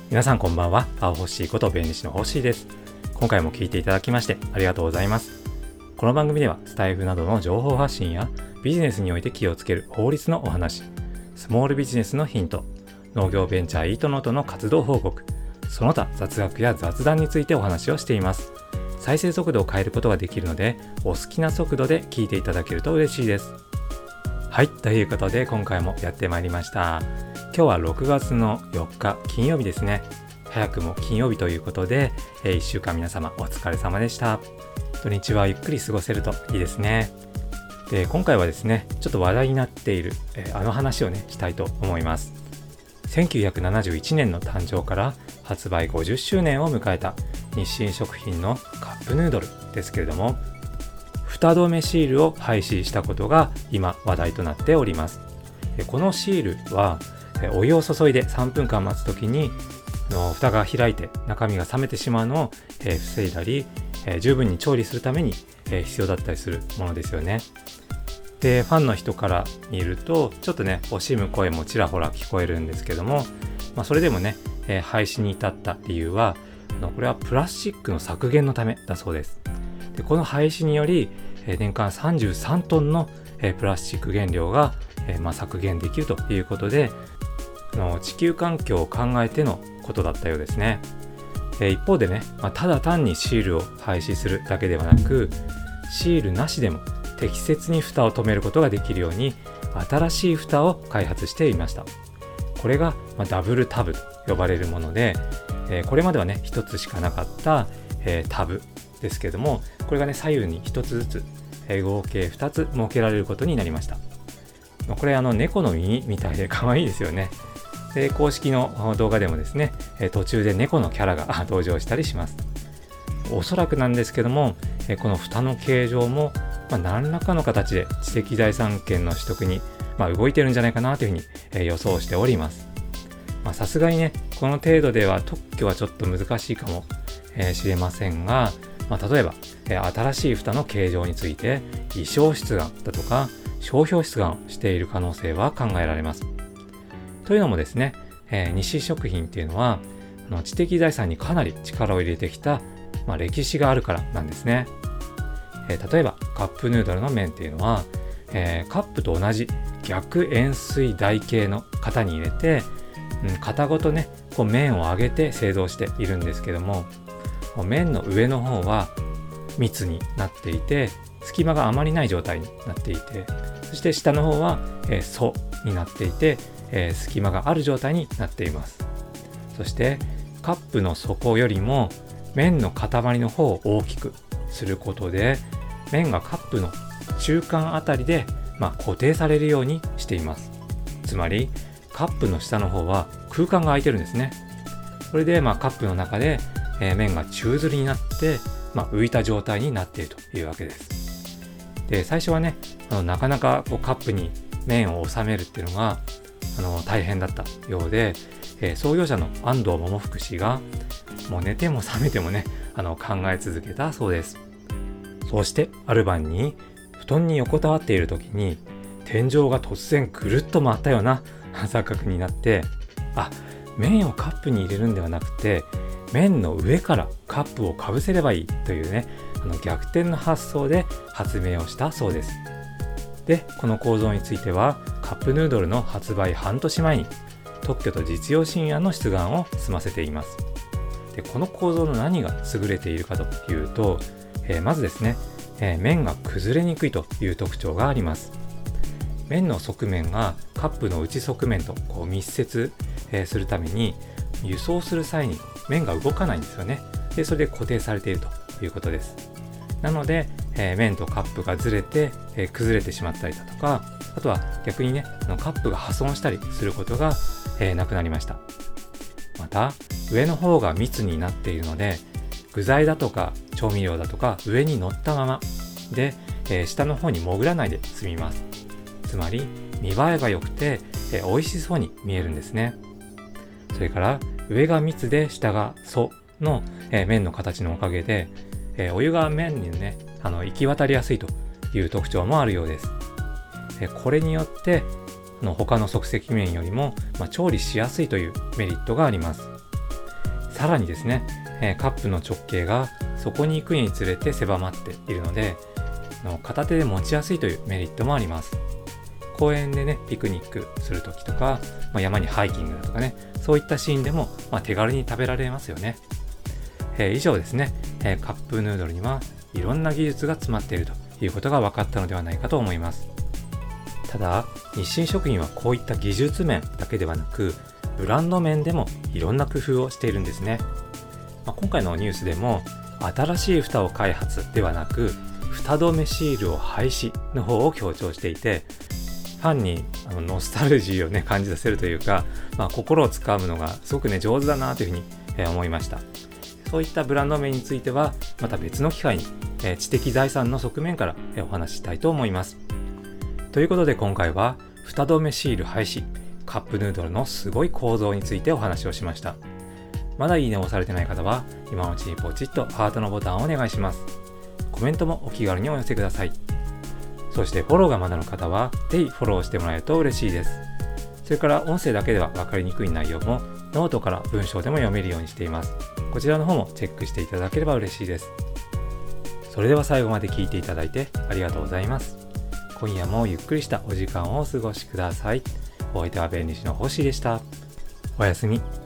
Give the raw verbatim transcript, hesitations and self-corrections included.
皆さんこんばんは。青ほっしーこと弁理士のほっしーです。今回も聞いていただきましてありがとうございます。この番組ではスタイフなどの情報発信やビジネスにおいて気をつける法律のお話、スモールビジネスのヒント、農業ベンチャーイートノートの活動報告、その他雑学や雑談についてお話をしています。再生速度を変えることができるので、お好きな速度で聞いていただけると嬉しいです。はい、ということで今回もやってまいりました。今日はろくがつのよっか金曜日ですね。早くも金曜日ということで、えー、いっしゅうかん皆様お疲れ様でした。土日はゆっくり過ごせるといいですね。で、今回はですね、ちょっと話題になっている、えー、あの話をねしたいと思います。せんきゅうひゃくななじゅういちねんの誕生から発売ごじゅっしゅうねんを迎えた日清食品のカップヌードルですけれども、蓋止めシールを廃止したことが今話題となっております。このシールはお湯を注いでさんぷんかん待つときにの蓋が開いて中身が冷めてしまうのを防いだり、十分に調理するために必要だったりするものですよね。で、ファンの人から見るとちょっとね惜しむ声もちらほら聞こえるんですけども、まあ、それでもね廃止に至った理由はこれはプラスチックの削減のためだそうです。で、この廃止により年間さんじゅうさんトンのプラスチック原料がまあ削減できるということで、地球環境を考えてのことだったようですね。一方でね、まあ、ただ単にシールを廃止するだけではなく、シールなしでも適切に蓋を止めることができるように新しい蓋を開発していました。これが、まあ、ダブルタブと呼ばれるもので、えー、これまではねひとつしかなかった、えー、タブですけども、これがね左右にひとつずつ、えー、合計ふたつ設けられることになりました。これあの猫の耳みたいで可愛いですよね。で、公式の動画でもですね、途中で猫のキャラが登場したりします。おそらくなんですけども、この蓋の形状も、まあ、何らかの形で知的財産権の取得に、まあ、動いてるんじゃないかなというふうに予想しております。さすがにね、この程度では特許はちょっと難しいかもしれませんが、まあ、例えば新しい蓋の形状について意匠出願だとか商標出願をしている可能性は考えられます。というのもですね、えー、日清食品っていうのはあの知的財産にかなり力を入れてきた、まあ、歴史があるからなんですね。えー、例えばカップヌードルの麺っていうのは、えー、カップと同じ逆円錐台形の型に入れて、うん、型ごとねこう麺を揚げて製造しているんですけども、麺の上の方は密になっていて隙間があまりない状態になっていて、そして下の方は、えー、素になっていて、えー、隙間がある状態になっています。そしてカップの底よりも麺の塊の方を大きくすることで麺がカップの中間あたりで、まあ、固定されるようにしています。つまりカップの下の方は空間が空いてるんですね。これで、まあ、カップの中で、えー、麺が宙吊りになって、まあ、浮いた状態になっているというわけです。で、最初はねあのなかなかこうカップに麺を収めるっていうのがあの大変だったようで、えー、創業者の安藤桃福氏がもう寝ても覚めてもねあの考え続けたそうです。そしてある晩に布団に横たわっている時に天井が突然ぐるっと回ったような錯覚になって、あ、麺をカップに入れるんではなくて麺の上からカップをかぶせればいいというねあの逆転の発想で発明をしたそうです。で、この構造についてはカップヌードルの発売半年前に特許と実用新案の出願を済ませています。で、この構造の何が優れているかというと、えー、まずですね、えー、麺が崩れにくいという特徴があります。麺の側面がカップの内側面とこう密接、えー、するために輸送する際に麺が動かないんですよね。で、それで固定されているということです。なので、えー、麺とカップがずれて、えー、崩れてしまったりだとか、あとは逆にねあのカップが破損したりすることが、えー、なくなりました。また上の方が密になっているので具材だとか調味料だとか上に乗ったままで、えー、下の方に潜らないで済みます。つまり見栄えが良くて、えー、美味しそうに見えるんですね。それから上が蜜で下が素の、えー、麺の形のおかげで、えー、お湯が麺にねあの行き渡りやすいという特徴もあるようです。えー、これによっての他の即席麺よりも、まあ、調理しやすいというメリットがあります。 さらにですね、えー、カップの直径がそこに行くにつれて狭まっているので、の片手で持ちやすいというメリットもあります。公園でね、ピクニックするときとか、まあ、山にハイキングだとかね、そういったシーンでも、まあ、手軽に食べられますよね。えー、以上ですね、えー、カップヌードルにはいろんな技術が詰まっているということが分かったのではないかと思います。ただ、日清食品はこういった技術面だけではなく、ブランド面でもいろんな工夫をしているんですね。まあ、今回のニュースでも、新しい蓋を開発ではなく、蓋止めシールを廃止の方を強調していて、ファンにあのノスタルジーをね感じさせるというか、まあ、心をつかむのがすごくね上手だなというふうに、えー、思いました。そういったブランド名についてはまた別の機会に、えー、知的財産の側面から、えー、お話ししたいと思います。ということで今回は蓋止めシール廃止、カップヌードルのすごい構造についてお話をしました。まだいいねを押されてない方は今のうちにポチッとハートのボタンをお願いします。コメントもお気軽にお寄せください。そしてフォローがまだの方はぜひフォローしてもらえると嬉しいです。それから音声だけでは分かりにくい内容もノートから文章でも読めるようにしています。こちらの方もチェックしていただければ嬉しいです。それでは最後まで聞いていただいてありがとうございます。今夜もゆっくりしたお時間をお過ごしください。お相手は弁理士の星でした。おやすみ。